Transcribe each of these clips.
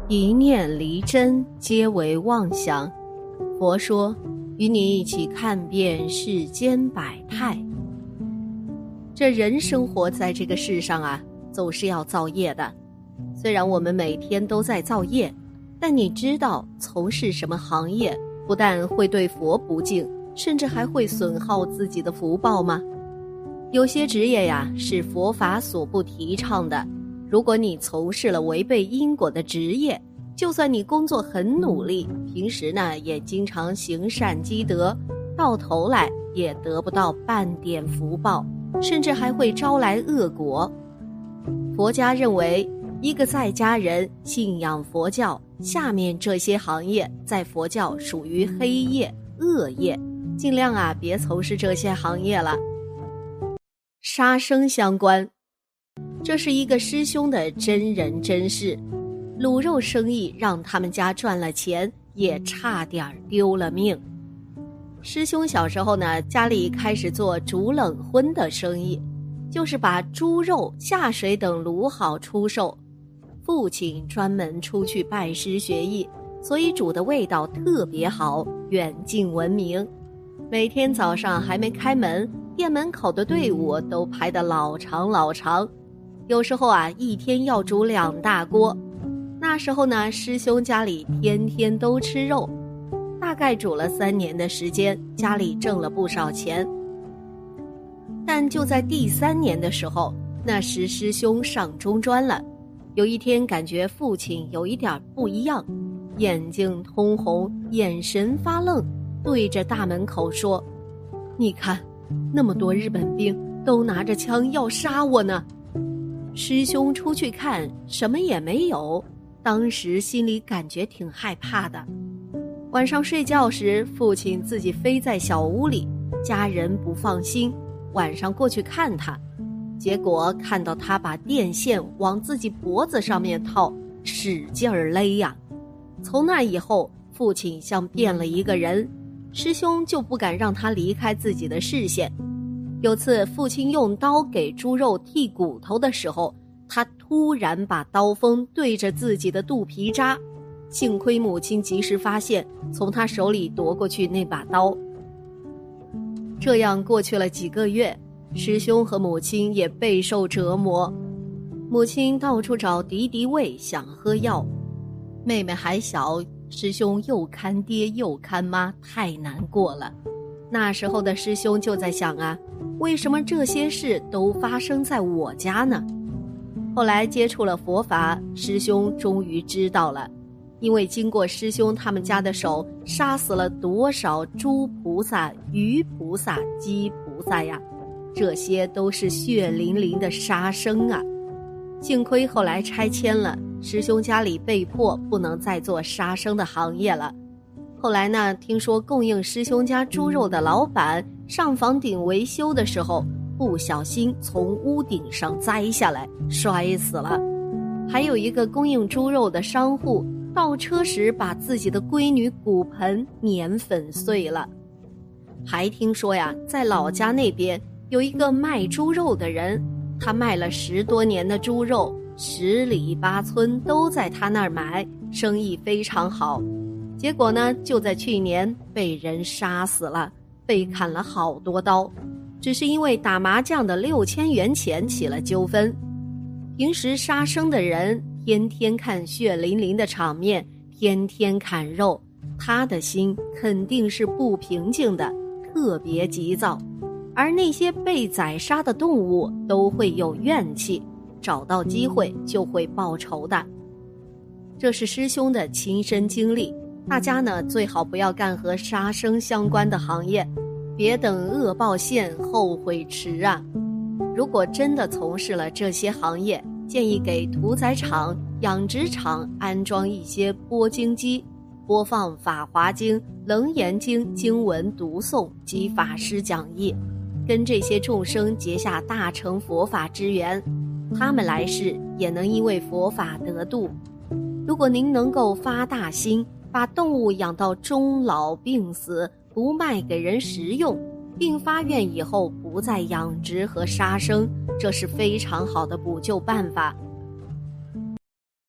一念离真，皆为妄想。佛说，与你一起看遍世间百态。这人生活在这个世上啊，总是要造业的。虽然我们每天都在造业，但你知道从事什么行业不但会对佛不敬，甚至还会损耗自己的福报吗？有些职业呀，是佛法所不提倡的。如果你从事了违背因果的职业，就算你工作很努力，平时呢也经常行善积德，到头来也得不到半点福报，甚至还会招来恶果。佛家认为，一个在家人信仰佛教，下面这些行业在佛教属于黑业、恶业，尽量别从事这些行业了。杀生相关，这是一个师兄的真人真事。卤肉生意让他们家赚了钱，也差点丢了命。师兄小时候呢，家里开始做煮冷荤的生意，就是把猪肉下水等卤好出售。父亲专门出去拜师学艺，所以煮的味道特别好，远近闻名。每天早上还没开门，店门口的队伍都排得老长老长，有时候一天要煮2大锅。那时候呢，师兄家里天天都吃肉，大概煮了3年的时间，家里挣了不少钱。但就在第3年的时候，那时师兄上中专了，有一天感觉父亲有一点不一样，眼睛通红，眼神发愣，对着大门口说：“你看，那么多日本兵都拿着枪要杀我呢。”师兄出去看，什么也没有，当时心里感觉挺害怕的。晚上睡觉时，父亲自己飞在小屋里，家人不放心，晚上过去看他，结果看到他把电线往自己脖子上面套，使劲儿勒呀。从那以后，父亲像变了一个人，师兄就不敢让他离开自己的视线。有次父亲用刀给猪肉剔骨头的时候，他突然把刀锋对着自己的肚皮扎，幸亏母亲及时发现，从他手里夺过去那把刀。这样过去了几个月，师兄和母亲也备受折磨。母亲到处找敌敌畏，想喝药。妹妹还小，师兄又看爹又看妈，太难过了。那时候的师兄就在想为什么这些事都发生在我家呢？后来接触了佛法，师兄终于知道了，因为经过师兄他们家的手，杀死了多少猪菩萨、鱼菩萨、鸡菩萨呀，这些都是血淋淋的杀生啊。幸亏后来拆迁了，师兄家里被迫不能再做杀生的行业了。后来呢，听说供应师兄家猪肉的老板上房顶维修的时候，不小心从屋顶上栽下来，摔死了。还有一个供应猪肉的商户，倒车时把自己的闺女骨盆碾粉碎了。还听说在老家那边有一个卖猪肉的人，他卖了10多年的猪肉，10里8村都在他那儿买，生意非常好。结果呢，就在去年被人杀死了，被砍了好多刀，只是因为打麻将的6000元钱起了纠纷。平时杀生的人天天看血淋淋的场面，天天砍肉，他的心肯定是不平静的，特别急躁。而那些被宰杀的动物都会有怨气，找到机会就会报仇的。这是师兄的亲身经历，大家呢最好不要干和杀生相关的行业，别等恶报现后悔迟啊。如果真的从事了这些行业，建议给屠宰场、养殖场安装一些播经机，播放法华经、楞严经经文读诵及法师讲义，跟这些众生结下大乘佛法之缘，他们来世也能因为佛法得度。如果您能够发大心，把动物养到终老病死，不卖给人食用，并发愿以后不再养殖和杀生，这是非常好的补救办法。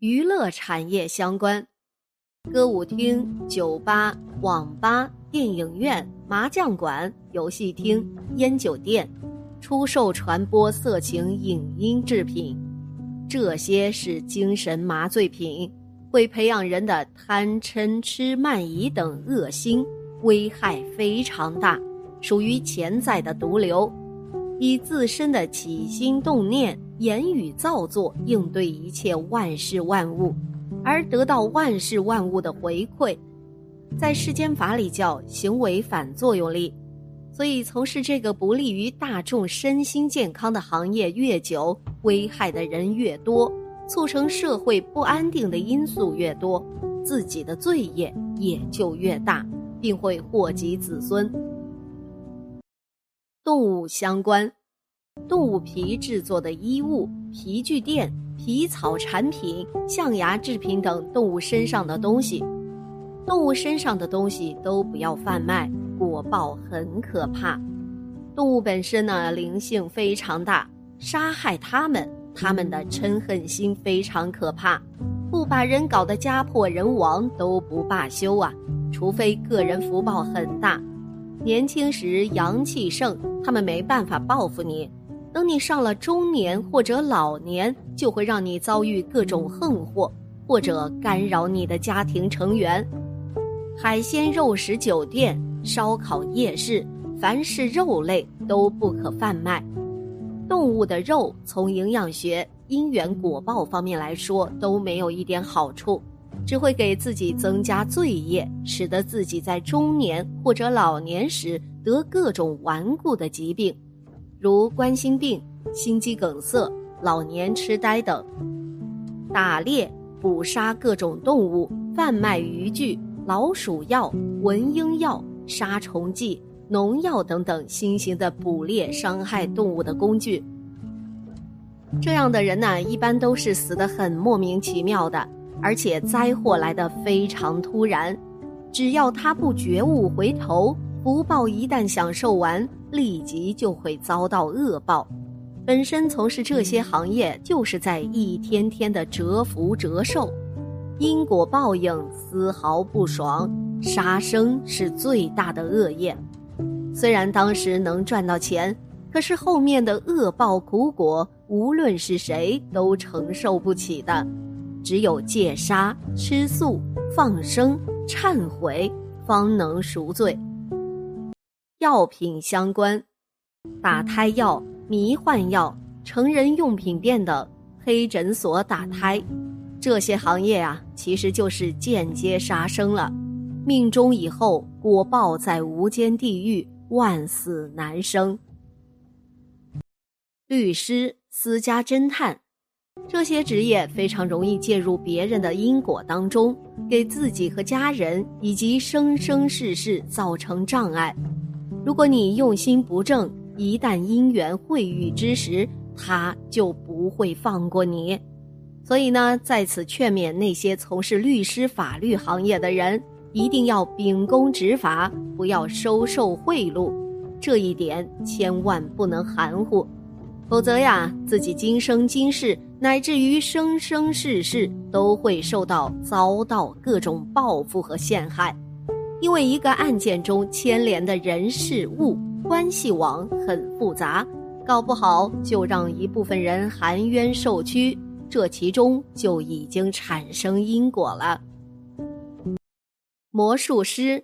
娱乐产业相关，歌舞厅、酒吧、网吧、电影院、麻将馆、游戏厅、烟酒店，出售传播色情影音制品，这些是精神麻醉品，会培养人的贪嗔痴慢疑等恶心，危害非常大，属于潜在的毒瘤，以自身的起心动念、言语造作应对一切万事万物，而得到万事万物的回馈，在世间法里叫行为反作用力。所以从事这个不利于大众身心健康的行业越久，危害的人越多，促成社会不安定的因素越多，自己的罪业也就越大，并会祸及子孙。动物相关，动物皮制作的衣物、皮具店、皮草产品、象牙制品等动物身上的东西，动物身上的东西都不要贩卖，果报很可怕。动物本身呢，灵性非常大，杀害它们的嗔恨心非常可怕，不把人搞得家破人亡都不罢休啊，除非个人福报很大。年轻时阳气盛，他们没办法报复你，等你上了中年或者老年，就会让你遭遇各种横祸，或者干扰你的家庭成员。海鲜肉食酒店、烧烤夜市，凡是肉类都不可贩卖。动物的肉从营养学、因缘果报方面来说都没有一点好处，只会给自己增加罪业，使得自己在中年或者老年时得各种顽固的疾病，如冠心病、心肌梗塞、老年痴呆等。打猎、捕杀各种动物，贩卖渔具、老鼠药、蚊蝇药、杀虫剂、农药等等新型的捕猎伤害动物的工具。这样的人呢，一般都是死得很莫名其妙的，而且灾祸来得非常突然，只要他不觉悟回头，福报一旦享受完，立即就会遭到恶报。本身从事这些行业，就是在一天天的折福折寿，因果报应丝毫不爽，杀生是最大的恶业。虽然当时能赚到钱，可是后面的恶报苦果，无论是谁都承受不起的。只有戒杀、吃素、放生、忏悔，方能赎罪。药品相关，打胎药、迷幻药、成人用品店等黑诊所打胎，这些行业啊，其实就是间接杀生了。命中以后，果报在无间地狱，万死难生。律师、私家侦探，这些职业非常容易介入别人的因果当中，给自己和家人以及生生世世造成障碍。如果你用心不正，一旦因缘会遇之时，他就不会放过你。所以呢，在此劝勉那些从事律师法律行业的人，一定要秉公执法，不要收受贿赂，这一点千万不能含糊，否则呀，自己今生今世乃至于生生世世都会遭到各种报复和陷害。因为一个案件中牵连的人事物关系网很复杂，搞不好就让一部分人含冤受屈，这其中就已经产生因果了。魔术师，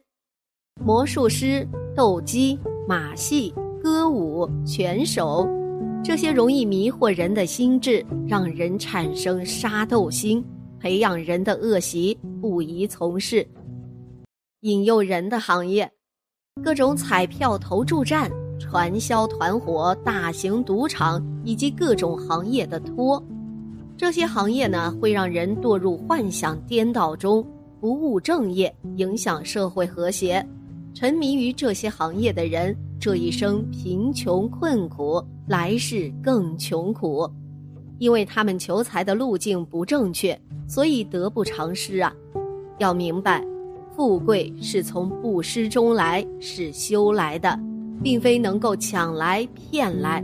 斗鸡、马戏、歌舞、拳手，这些容易迷惑人的心智，让人产生杀斗心，培养人的恶习，不宜从事。引诱人的行业，各种彩票投注站、传销团伙、大型赌场以及各种行业的托，这些行业呢，会让人堕入幻想颠倒中，不务正业，影响社会和谐。沉迷于这些行业的人，这一生贫穷困苦，来世更穷苦。因为他们求财的路径不正确，所以得不偿失啊。要明白，富贵是从布施中来，是修来的，并非能够抢来骗来。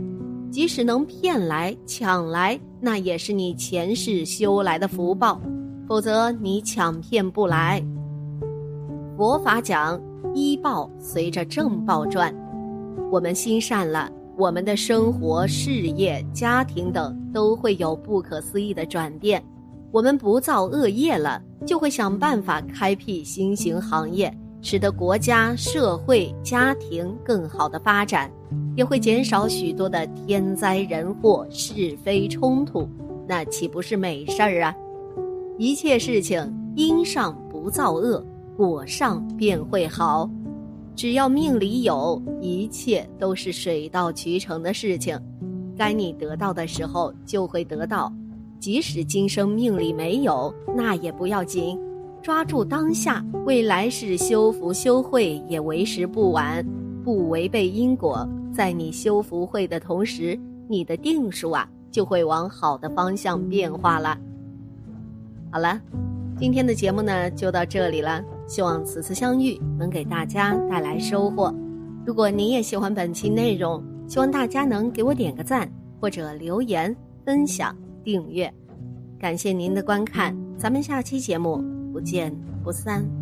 即使能骗来抢来，那也是你前世修来的福报，否则你抢骗不来。佛法讲依报随着正报转，我们心善了，我们的生活、事业、家庭等都会有不可思议的转变。我们不造恶业了，就会想办法开辟新型行业，使得国家、社会、家庭更好的发展，也会减少许多的天灾人祸、是非冲突，那岂不是美事儿啊？一切事情因上不造恶，果上便会好。只要命里有，一切都是水到渠成的事情，该你得到的时候就会得到。即使今生命里没有，那也不要紧，抓住当下，为来世修福修慧也为时不晚，不违背因果。在你修福慧的同时，你的定数就会往好的方向变化了。好了，今天的节目呢就到这里了，希望此次相遇能给大家带来收获。如果您也喜欢本期内容，希望大家能给我点个赞，或者留言、分享、订阅。感谢您的观看，咱们下期节目不见不散。